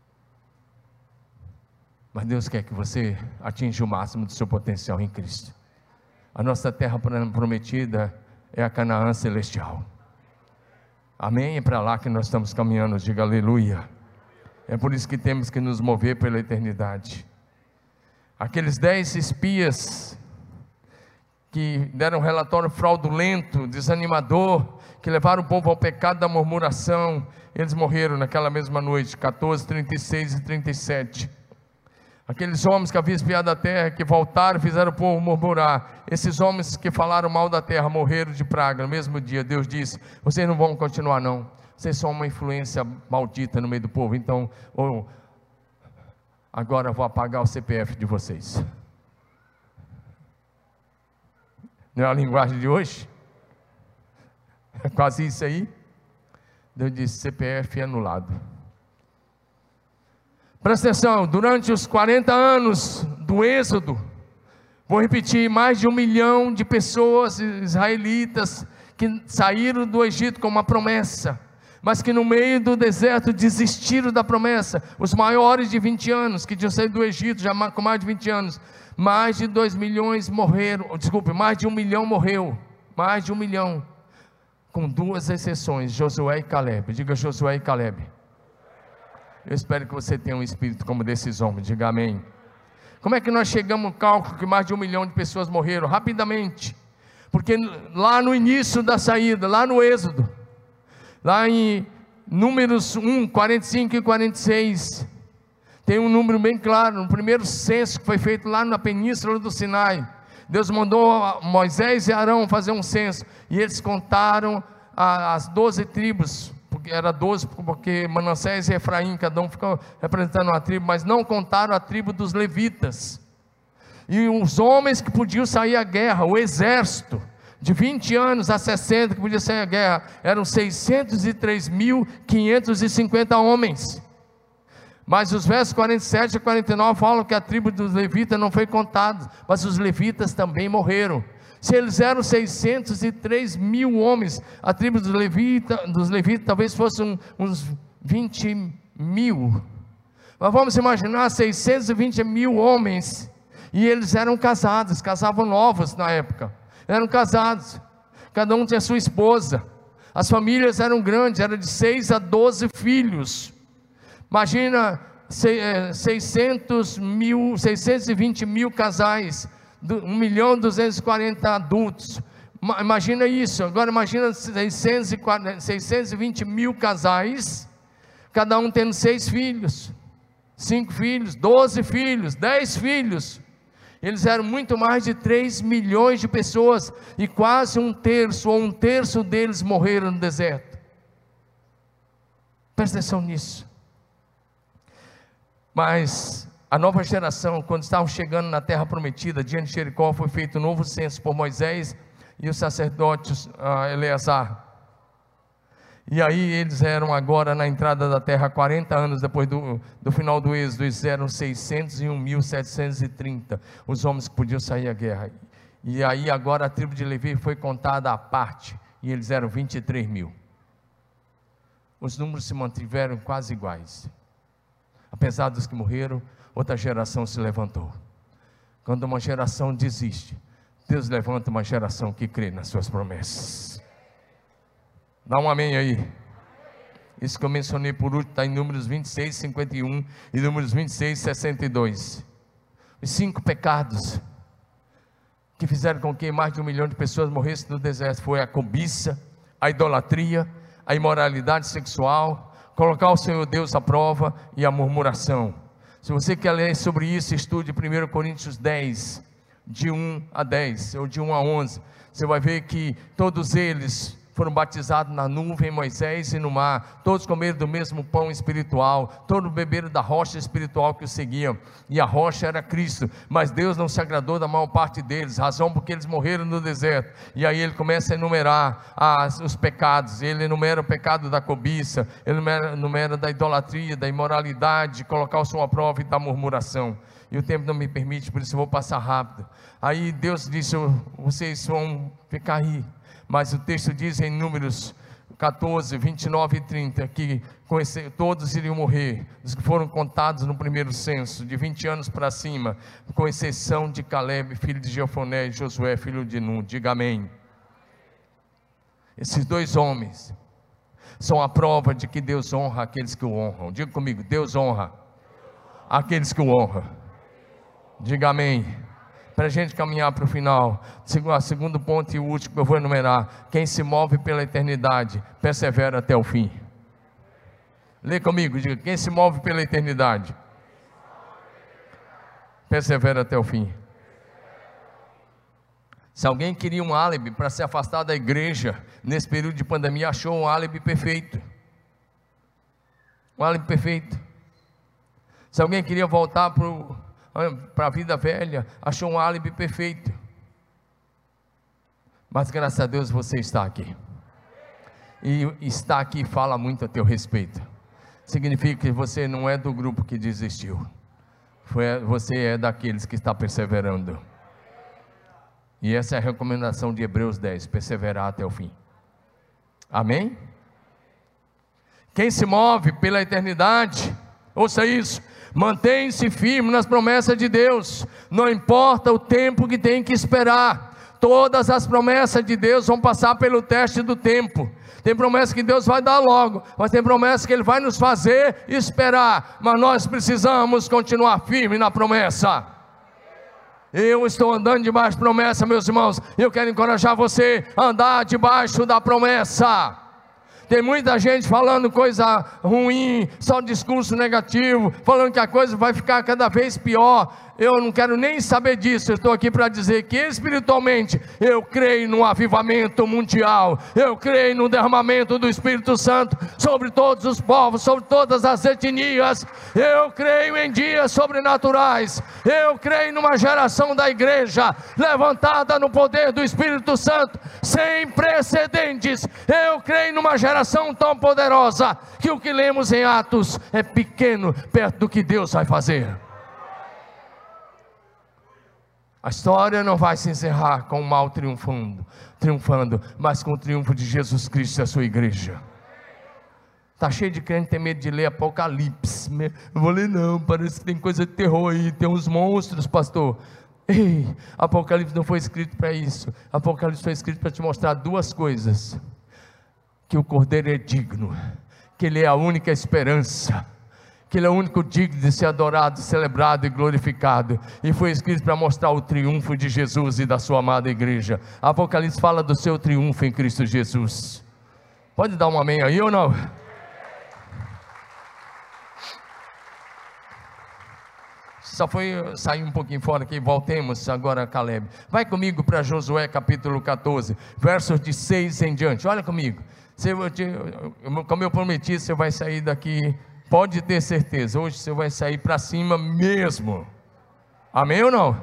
Mas Deus quer que você atinja o máximo do seu potencial em Cristo. A nossa terra prometida é a Canaã celestial. Amém? É para lá que nós estamos caminhando, diga aleluia. É por isso que temos que nos mover pela eternidade. Aqueles dez espias que deram um relatório fraudulento, desanimador, que levaram o povo ao pecado da murmuração, eles morreram naquela mesma noite, catorze, trinta e seis e trinta e sete. Aqueles homens que haviam espiado a terra, que voltaram e fizeram o povo murmurar, esses homens que falaram mal da terra, morreram de praga. No mesmo dia Deus disse: vocês não vão continuar não, vocês são uma influência maldita no meio do povo, então oh, agora eu vou apagar o C P F de vocês. Não é a linguagem de hoje? É quase isso aí. Deus disse: C P F anulado. Presta atenção, durante os quarenta anos do êxodo, vou repetir, mais de um milhão de pessoas israelitas que saíram do Egito com uma promessa, mas que no meio do deserto desistiram da promessa. Os maiores de vinte anos, que tinham saído do Egito já com mais de vinte anos, mais de dois milhões morreram, desculpe, mais de um milhão morreu, mais de um milhão, com duas exceções, Josué e Caleb. Diga Josué e Caleb. Eu espero que você tenha um espírito como desses homens, diga amém. Como é que nós chegamos ao cálculo que mais de um milhão de pessoas morreram? Rapidamente, porque lá no início da saída, lá no Êxodo, lá em Números um, quarenta e cinco e quarenta e seis, tem um número bem claro. No primeiro censo que foi feito lá na península do Sinai, Deus mandou Moisés e Arão fazer um censo, e eles contaram as doze tribos, porque era doze, porque Manassés e Efraim, cada um ficou representando uma tribo, mas não contaram a tribo dos levitas, e os homens que podiam sair à guerra, o exército, de vinte anos a sessenta, que podia sair à guerra, eram seiscentos e três mil quinhentos e cinquenta homens, mas os versos quarenta e sete a quarenta e nove falam que a tribo dos levitas não foi contada, mas os levitas também morreram. Se eles eram seiscentos e três mil homens, a tribo dos levitas, dos levitas talvez fossem uns vinte mil, mas vamos imaginar seiscentos e vinte mil homens, e eles eram casados, casavam novos na época, eram casados, cada um tinha sua esposa, as famílias eram grandes, eram de seis a doze filhos. Imagina seiscentos mil, seiscentos e vinte mil casais, um milhão duzentos e quarenta adultos, imagina isso. Agora imagina seiscentos e vinte mil casais, cada um tendo seis filhos, cinco filhos, doze filhos, dez filhos. Eles eram muito mais de três milhões de pessoas, e quase um terço ou um terço deles morreram no deserto. Presta atenção nisso. Mas a nova geração, quando estavam chegando na terra prometida, diante de Jericó, foi feito um novo censo por Moisés e os sacerdotes uh, Eleazar. E aí eles eram agora na entrada da terra, quarenta anos depois do, do final do Êxodo, eles eram seiscentos e um mil setecentos e trinta, os homens que podiam sair à guerra. E aí agora a tribo de Levi foi contada à parte, e eles eram vinte e três mil. Os números se mantiveram quase iguais. Apesar dos que morreram, outra geração se levantou. Quando uma geração desiste, Deus levanta uma geração que crê nas suas promessas. Dá um amém aí. Isso que eu mencionei por último está em Números vinte e seis, cinquenta e um e Números vinte e seis, sessenta e dois. Os cinco pecados que fizeram com que mais de um milhão de pessoas morressem no deserto foi a cobiça, a idolatria, a imoralidade sexual, colocar o Senhor Deus à prova e a murmuração. Se você quer ler sobre isso, estude primeiro Coríntios dez, de um a dez, ou de um a onze, você vai ver que todos eles foram batizados na nuvem, Moisés e no mar, todos comeram do mesmo pão espiritual, todos beberam da rocha espiritual que os seguiam, e a rocha era Cristo, mas Deus não se agradou da maior parte deles, razão porque eles morreram no deserto. E aí ele começa a enumerar as, os pecados, ele enumera o pecado da cobiça, ele enumera, enumera da idolatria, da imoralidade, de colocar o som à prova e da murmuração. E o tempo não me permite, por isso eu vou passar rápido. Aí Deus disse, vocês vão ficar aí. Mas o texto diz em Números catorze, vinte e nove e trinta, que todos iriam morrer, os que foram contados no primeiro censo, de vinte anos para cima, com exceção de Caleb, filho de Jefoné, e Josué, filho de Nun. Diga amém. Esses dois homens são a prova de que Deus honra aqueles que o honram. Diga comigo, Deus honra aqueles que o honram. Diga amém. Para a gente caminhar para o final, o segundo ponto e o último que eu vou enumerar: quem se move pela eternidade, persevera até o fim. Lê comigo, diga, quem se move pela eternidade, persevera até o fim. Se alguém queria um álibi para se afastar da igreja, nesse período de pandemia, achou um álibi perfeito. Um álibi perfeito. Se alguém queria voltar para o para a vida velha, achou um álibi perfeito. Mas graças a Deus você está aqui, e está aqui fala muito a teu respeito. Significa que você não é do grupo que desistiu, Foi, você é daqueles que está perseverando. E essa é a recomendação de Hebreus dez, perseverar até o fim. Amém? Quem se move pela eternidade, ouça isso, mantém-se firme nas promessas de Deus, não importa o tempo que tem que esperar. Todas as promessas de Deus vão passar pelo teste do tempo. Tem promessa que Deus vai dar logo, mas tem promessa que Ele vai nos fazer esperar. Mas nós precisamos continuar firme na promessa. Eu estou andando debaixo da promessa, meus irmãos. Eu quero encorajar você a andar debaixo da promessa. Tem muita gente falando coisa ruim, só discurso negativo, falando que a coisa vai ficar cada vez pior. Eu não quero nem saber disso. Eu estou aqui para dizer que espiritualmente eu creio no avivamento mundial. Eu creio no derramamento do Espírito Santo sobre todos os povos, sobre todas as etnias. Eu creio em dias sobrenaturais. Eu creio numa geração da igreja levantada no poder do Espírito Santo sem precedentes. Eu creio numa geração tão poderosa que o que lemos em Atos é pequeno perto do que Deus vai fazer. A história não vai se encerrar com o mal triunfando, triunfando, mas com o triunfo de Jesus Cristo e a sua igreja. Está cheio de crente que tem medo de ler Apocalipse. Não vou ler não, parece que tem coisa de terror aí, tem uns monstros, pastor. Ei, Apocalipse não foi escrito para isso. Apocalipse foi escrito para te mostrar duas coisas: que o Cordeiro é digno, que Ele é a única esperança, que Ele é o único digno de ser adorado, celebrado e glorificado. E foi escrito para mostrar o triunfo de Jesus e da sua amada igreja. Apocalipse fala do seu triunfo em Cristo Jesus. Pode dar um amém aí ou não? Só foi sair um pouquinho fora aqui, voltemos agora a Caleb. Vai comigo para Josué capítulo catorze, versos de seis em diante. Olha comigo. Se eu te, como eu prometi, você vai sair daqui, pode ter certeza, hoje você vai sair para cima mesmo. Amém ou não?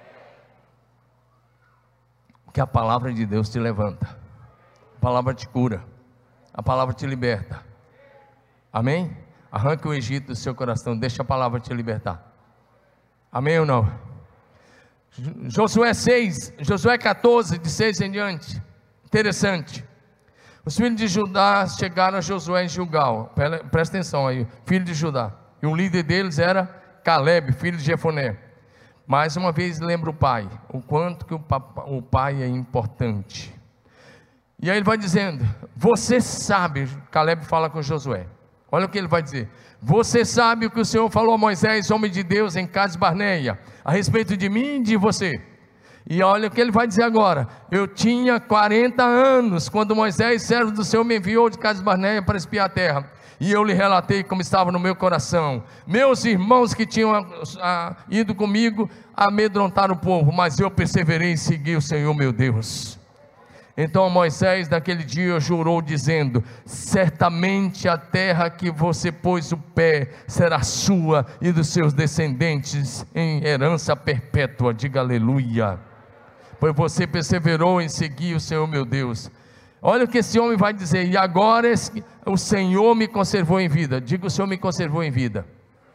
Que a palavra de Deus te levanta, a palavra te cura, a palavra te liberta. Amém? Arranque o Egito do seu coração, deixa a palavra te libertar. Amém ou não? Josué seis, Josué catorze, de seis em diante. Interessante. Os filhos de Judá chegaram a Josué em Gilgal. Presta atenção aí, filho de Judá. E o líder deles era Caleb, filho de Jefoné. Mais uma vez lembra o pai, o quanto que o, papai, o pai é importante. E aí ele vai dizendo: você sabe, Caleb fala com Josué. Olha o que ele vai dizer: você sabe o que o Senhor falou a Moisés, homem de Deus, em Cades Barneia, a respeito de mim e de você. E olha o que ele vai dizer agora: eu tinha quarenta anos, quando Moisés, servo do Senhor, me enviou de Cades Barneia para espiar a terra. E eu lhe relatei como estava no meu coração. Meus irmãos que tinham a, a, ido comigo amedrontaram o povo, mas eu perseverei em seguir o Senhor meu Deus. Então Moisés naquele dia jurou dizendo: certamente a terra que você pôs o pé será sua e dos seus descendentes em herança perpétua. Diga aleluia. Pois você perseverou em seguir o Senhor meu Deus. Olha o que esse homem vai dizer: e agora o Senhor me conservou em vida. Diga: o Senhor me conservou em vida.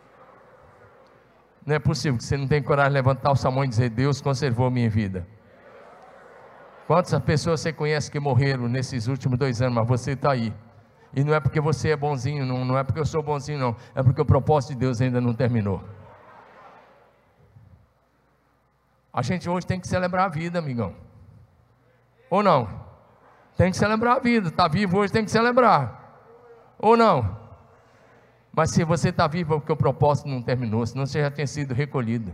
Não é possível que você não tenha coragem de levantar o sua mão e dizer: Deus conservou-me em vida. Quantas pessoas você conhece que morreram nesses últimos dois anos, mas você está aí? E não é porque você é bonzinho, não, não é porque eu sou bonzinho, não. É porque o propósito de Deus ainda não terminou. A gente hoje tem que celebrar a vida, amigão. Ou não? Tem que celebrar a vida. Está vivo hoje, tem que celebrar. Ou não? Mas se você está vivo é porque o propósito não terminou, senão você já tinha sido recolhido.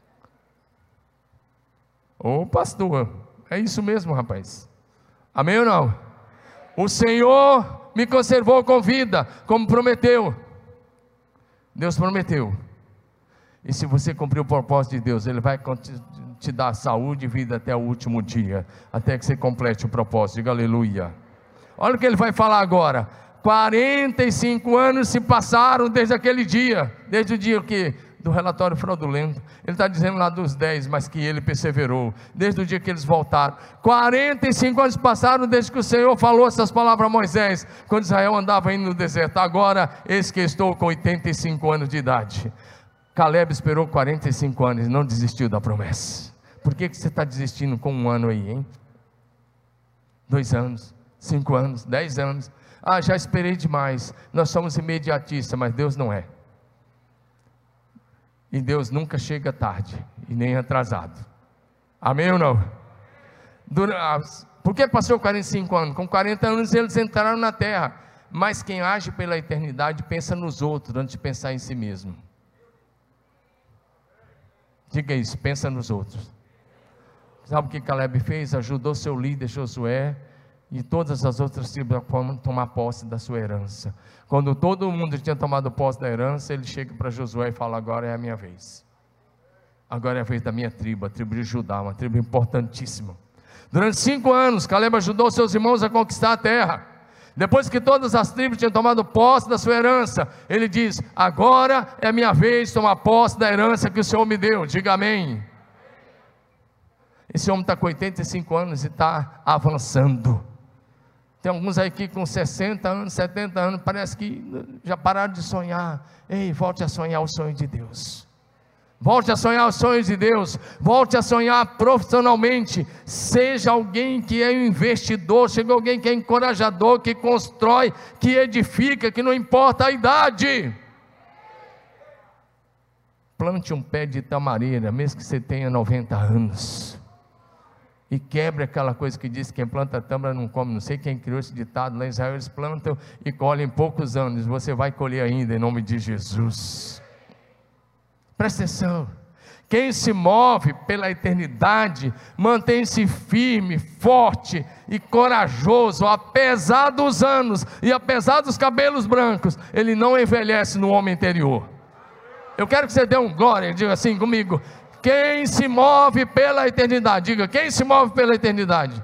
Ô pastor, é isso mesmo, rapaz. Amém ou não? O Senhor me conservou com vida, como prometeu. Deus prometeu. E se você cumprir o propósito de Deus, Ele vai te dar saúde e vida até o último dia, até que você complete o propósito. Diga aleluia. Olha o que Ele vai falar agora. quarenta e cinco anos se passaram desde aquele dia. Desde o dia que... do relatório fraudulento. Ele está dizendo lá dos dez, mas que ele perseverou, desde o dia que eles voltaram. quarenta e cinco anos passaram desde que o Senhor falou essas palavras a Moisés, quando Israel andava indo no deserto. Agora, eis que estou com oitenta e cinco anos de idade. Caleb esperou quarenta e cinco anos e não desistiu da promessa. Por que, que você está desistindo com um ano aí, hein? Dois anos, cinco anos, dez anos. Ah, já esperei demais. Nós somos imediatistas, mas Deus não é. E Deus nunca chega tarde e nem atrasado. Amém ou não? Por que passou quarenta e cinco anos? Com quarenta anos eles entraram na terra. Mas quem age pela eternidade pensa nos outros antes de pensar em si mesmo. Diga isso, pensa nos outros. Sabe o que Caleb fez? Ajudou seu líder Josué e todas as outras tribos a tomar posse da sua herança. Quando todo mundo tinha tomado posse da herança, ele chega para Josué e fala: agora é a minha vez. Agora é a vez da minha tribo, a tribo de Judá, uma tribo importantíssima. Durante cinco anos, Caleb ajudou seus irmãos a conquistar a terra. Depois que todas as tribos tinham tomado posse da sua herança, ele diz: agora é a minha vez de tomar posse da herança que o Senhor me deu. Diga amém. Esse homem está com oitenta e cinco anos e está avançando. Tem alguns aqui com sessenta anos, setenta anos, parece que já pararam de sonhar. Ei, volte a sonhar o sonho de Deus. Volte a sonhar os sonhos de Deus. Volte a sonhar profissionalmente. Seja alguém que é um investidor. Seja alguém que é encorajador, que constrói, que edifica, que não importa a idade. Plante um pé de tamareira, mesmo que você tenha noventa anos. E quebre aquela coisa que diz: quem planta tâmara não come. Não sei quem criou esse ditado. Lá em Israel eles plantam e colhem em poucos anos. Você vai colher ainda, em nome de Jesus. Presta atenção. Quem se move pela eternidade mantém-se firme, forte e corajoso, apesar dos anos e apesar dos cabelos brancos. Ele não envelhece no homem interior. Eu quero que você dê um glória, diga assim comigo: quem se move pela eternidade. Diga: quem se move pela eternidade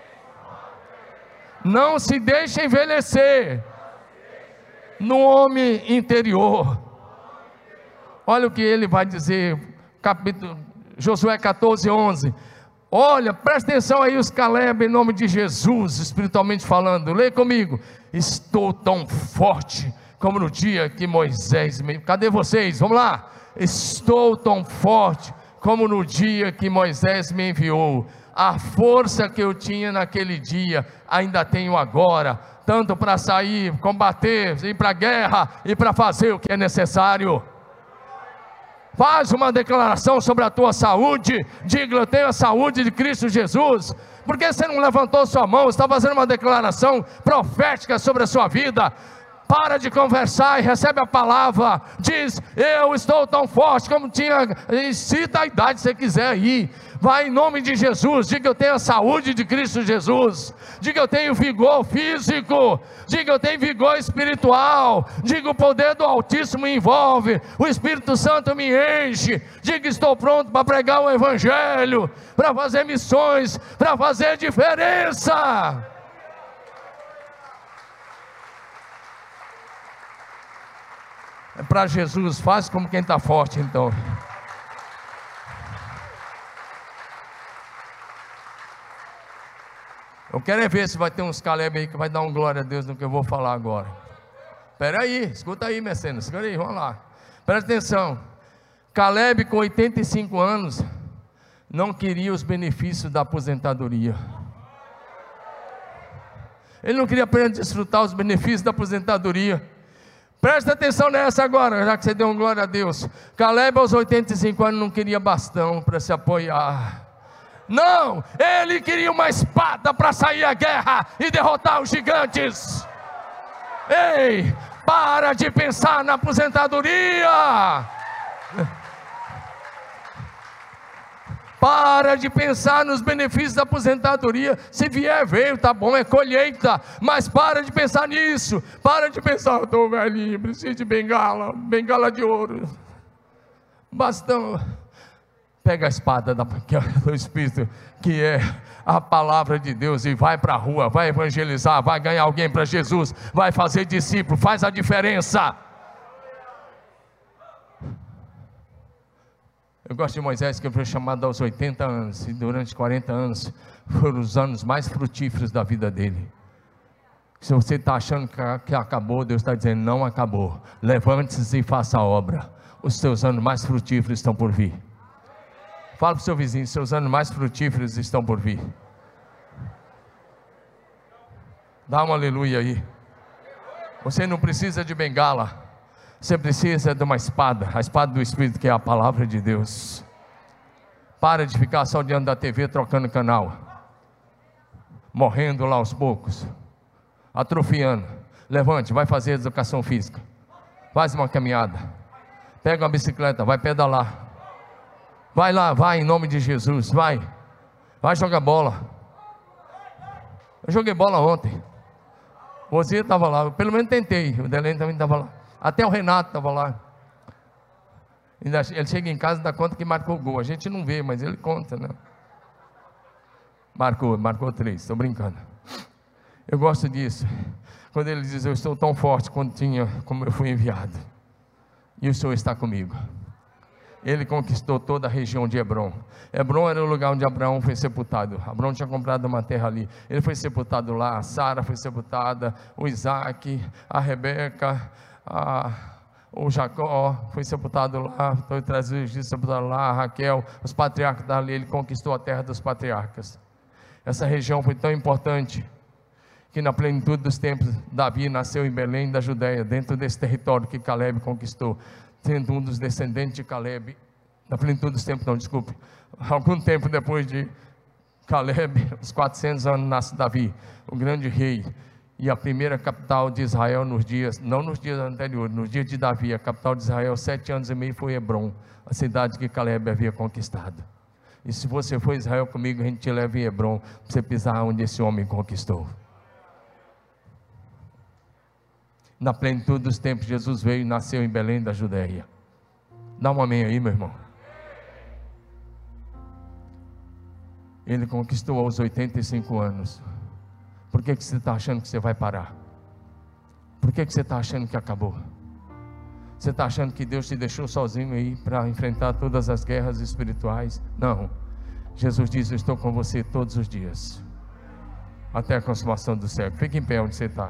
não se deixa envelhecer no homem interior. Olha o que ele vai dizer, capítulo, Josué catorze, onze. Olha, presta atenção aí os Caleb, em nome de Jesus, espiritualmente falando. Lê comigo: estou tão forte como no dia que Moisés me... Cadê vocês? Vamos lá. Estou tão forte como no dia que Moisés me enviou. A força que eu tinha naquele dia, ainda tenho agora, tanto para sair, combater, ir para a guerra e para fazer o que é necessário. Faz uma declaração sobre a tua saúde. Diga: eu tenho a saúde de Cristo Jesus. Por que você não levantou sua mão? Está fazendo uma declaração profética sobre a sua vida. Para de conversar e recebe a palavra. Diz: eu estou tão forte como tinha. Cita a idade se você quiser aí. Vai em nome de Jesus. Diga: eu tenho a saúde de Cristo Jesus. Diga: eu tenho vigor físico. Diga: eu tenho vigor espiritual. Diga: o poder do Altíssimo me envolve. O Espírito Santo me enche. Diga: estou pronto para pregar o Evangelho, para fazer missões, para fazer diferença. É para Jesus. Faz como quem está forte então. Eu quero é ver se vai ter uns Caleb aí que vai dar um glória a Deus no que eu vou falar agora. Espera aí, escuta aí, mecenas, escuta aí, vamos lá. Presta atenção. Caleb, com oitenta e cinco anos, não queria os benefícios da aposentadoria. Ele não queria apenas desfrutar os benefícios da aposentadoria. Presta atenção nessa agora, já que você deu um glória a Deus. Caleb, aos oitenta e cinco anos, não queria bastão para se apoiar. Não, ele queria uma espada para sair à guerra e derrotar os gigantes. Ei, para de pensar na aposentadoria. Para de pensar nos benefícios da aposentadoria. Se vier, veio, tá bom, é colheita. Mas para de pensar nisso. Para de pensar: eu estou velhinho, preciso de bengala, bengala de ouro, bastão. Pega a espada do Espírito, que é a palavra de Deus, e vai para a rua, vai evangelizar, vai ganhar alguém para Jesus, vai fazer discípulo, faz a diferença. Eu gosto de Moisés, que foi chamado aos oitenta anos, e durante quarenta anos foram os anos mais frutíferos da vida dele. Se você está achando que acabou, Deus está dizendo: não acabou. Levante-se e faça a obra. Os seus anos mais frutíferos estão por vir. Fala para o seu vizinho: seus anos mais frutíferos estão por vir. Dá um aleluia aí. Você não precisa de bengala. Você precisa de uma espada. A espada do Espírito, que é a palavra de Deus. Para de ficar só diante da T V trocando canal, morrendo lá aos poucos, atrofiando. Levante, vai fazer educação física. Faz uma caminhada. Pega uma bicicleta, vai pedalar. Vai lá, vai em nome de Jesus, vai. Vai jogar bola. Eu joguei bola ontem. O Osias estava lá, eu pelo menos tentei. O Delene também estava lá. Até o Renato estava lá. Ele chega em casa e dá conta que marcou o gol. A gente não vê, mas ele conta, né? Marcou, marcou três, estou brincando. Eu gosto disso. Quando ele diz, eu estou tão forte quanto tinha, como eu fui enviado. E o Senhor está comigo. Ele conquistou toda a região de Hebrom. Hebrom era o lugar onde Abraão foi sepultado. Abraão tinha comprado uma terra ali. Ele foi sepultado lá. Sara foi sepultada. O Isaac, a Rebeca, a, o Jacó foi sepultado lá. Foi trazido sepultado lá. A Raquel, os patriarcas dali. Ele conquistou a terra dos patriarcas. Essa região foi tão importante que na plenitude dos tempos Davi nasceu em Belém da Judéia, dentro desse território que Caleb conquistou, sendo um dos descendentes de Caleb. Na plenitude dos tempos, não, desculpe, algum tempo depois de Caleb, uns quatrocentos anos, nasce Davi, o grande rei, e a primeira capital de Israel nos dias, não nos dias anteriores, nos dias de Davi, a capital de Israel, sete anos e meio foi Hebrom, a cidade que Caleb havia conquistado. E se você for Israel comigo, a gente te leva em Hebrom, para você pisar onde esse homem conquistou. Na plenitude dos tempos, Jesus veio e nasceu em Belém da Judéia. Dá um amém aí, meu irmão. Ele conquistou aos oitenta e cinco anos. Por que, que você está achando que você vai parar? Por que, que você está achando que acabou? Você está achando que Deus te deixou sozinho aí para enfrentar todas as guerras espirituais? Não. Jesus diz, eu estou com você todos os dias, até a consumação do século. Fique em pé onde você está.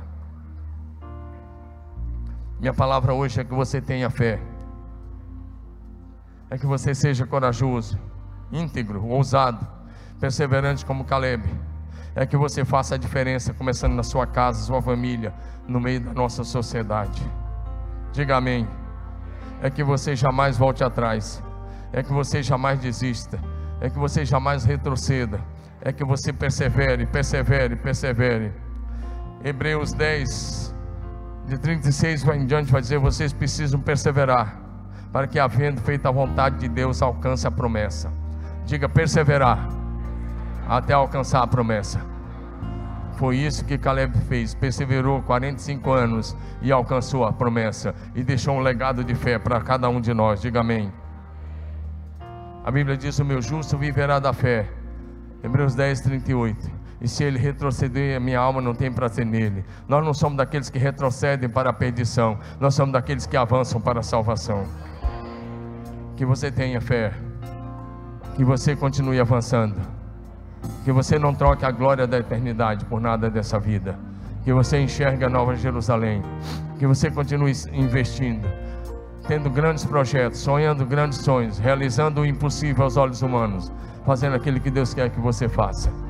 Minha palavra hoje é que você tenha fé, é que você seja corajoso, íntegro, ousado, perseverante como Caleb, é que você faça a diferença, começando na sua casa, sua família, no meio da nossa sociedade. Diga amém. É que você jamais volte atrás, é que você jamais desista, é que você jamais retroceda, é que você persevere, persevere, persevere. Hebreus dez, de trinta e seis em diante vai dizer, vocês precisam perseverar, para que havendo feito a vontade de Deus, alcance a promessa. Diga perseverar, até alcançar a promessa. Foi isso que Caleb fez, perseverou quarenta e cinco anos e alcançou a promessa, e deixou um legado de fé para cada um de nós. Diga amém. A Bíblia diz, o meu justo viverá da fé. Hebreus dez, trinta e oito. E se ele retroceder, a minha alma não tem prazer nele. Nós não somos daqueles que retrocedem para a perdição, nós somos daqueles que avançam para a salvação. Que você tenha fé, que você continue avançando, que você não troque a glória da eternidade por nada dessa vida, que você enxergue a Nova Jerusalém, que você continue investindo, tendo grandes projetos, sonhando grandes sonhos, realizando o impossível aos olhos humanos, fazendo aquilo que Deus quer que você faça.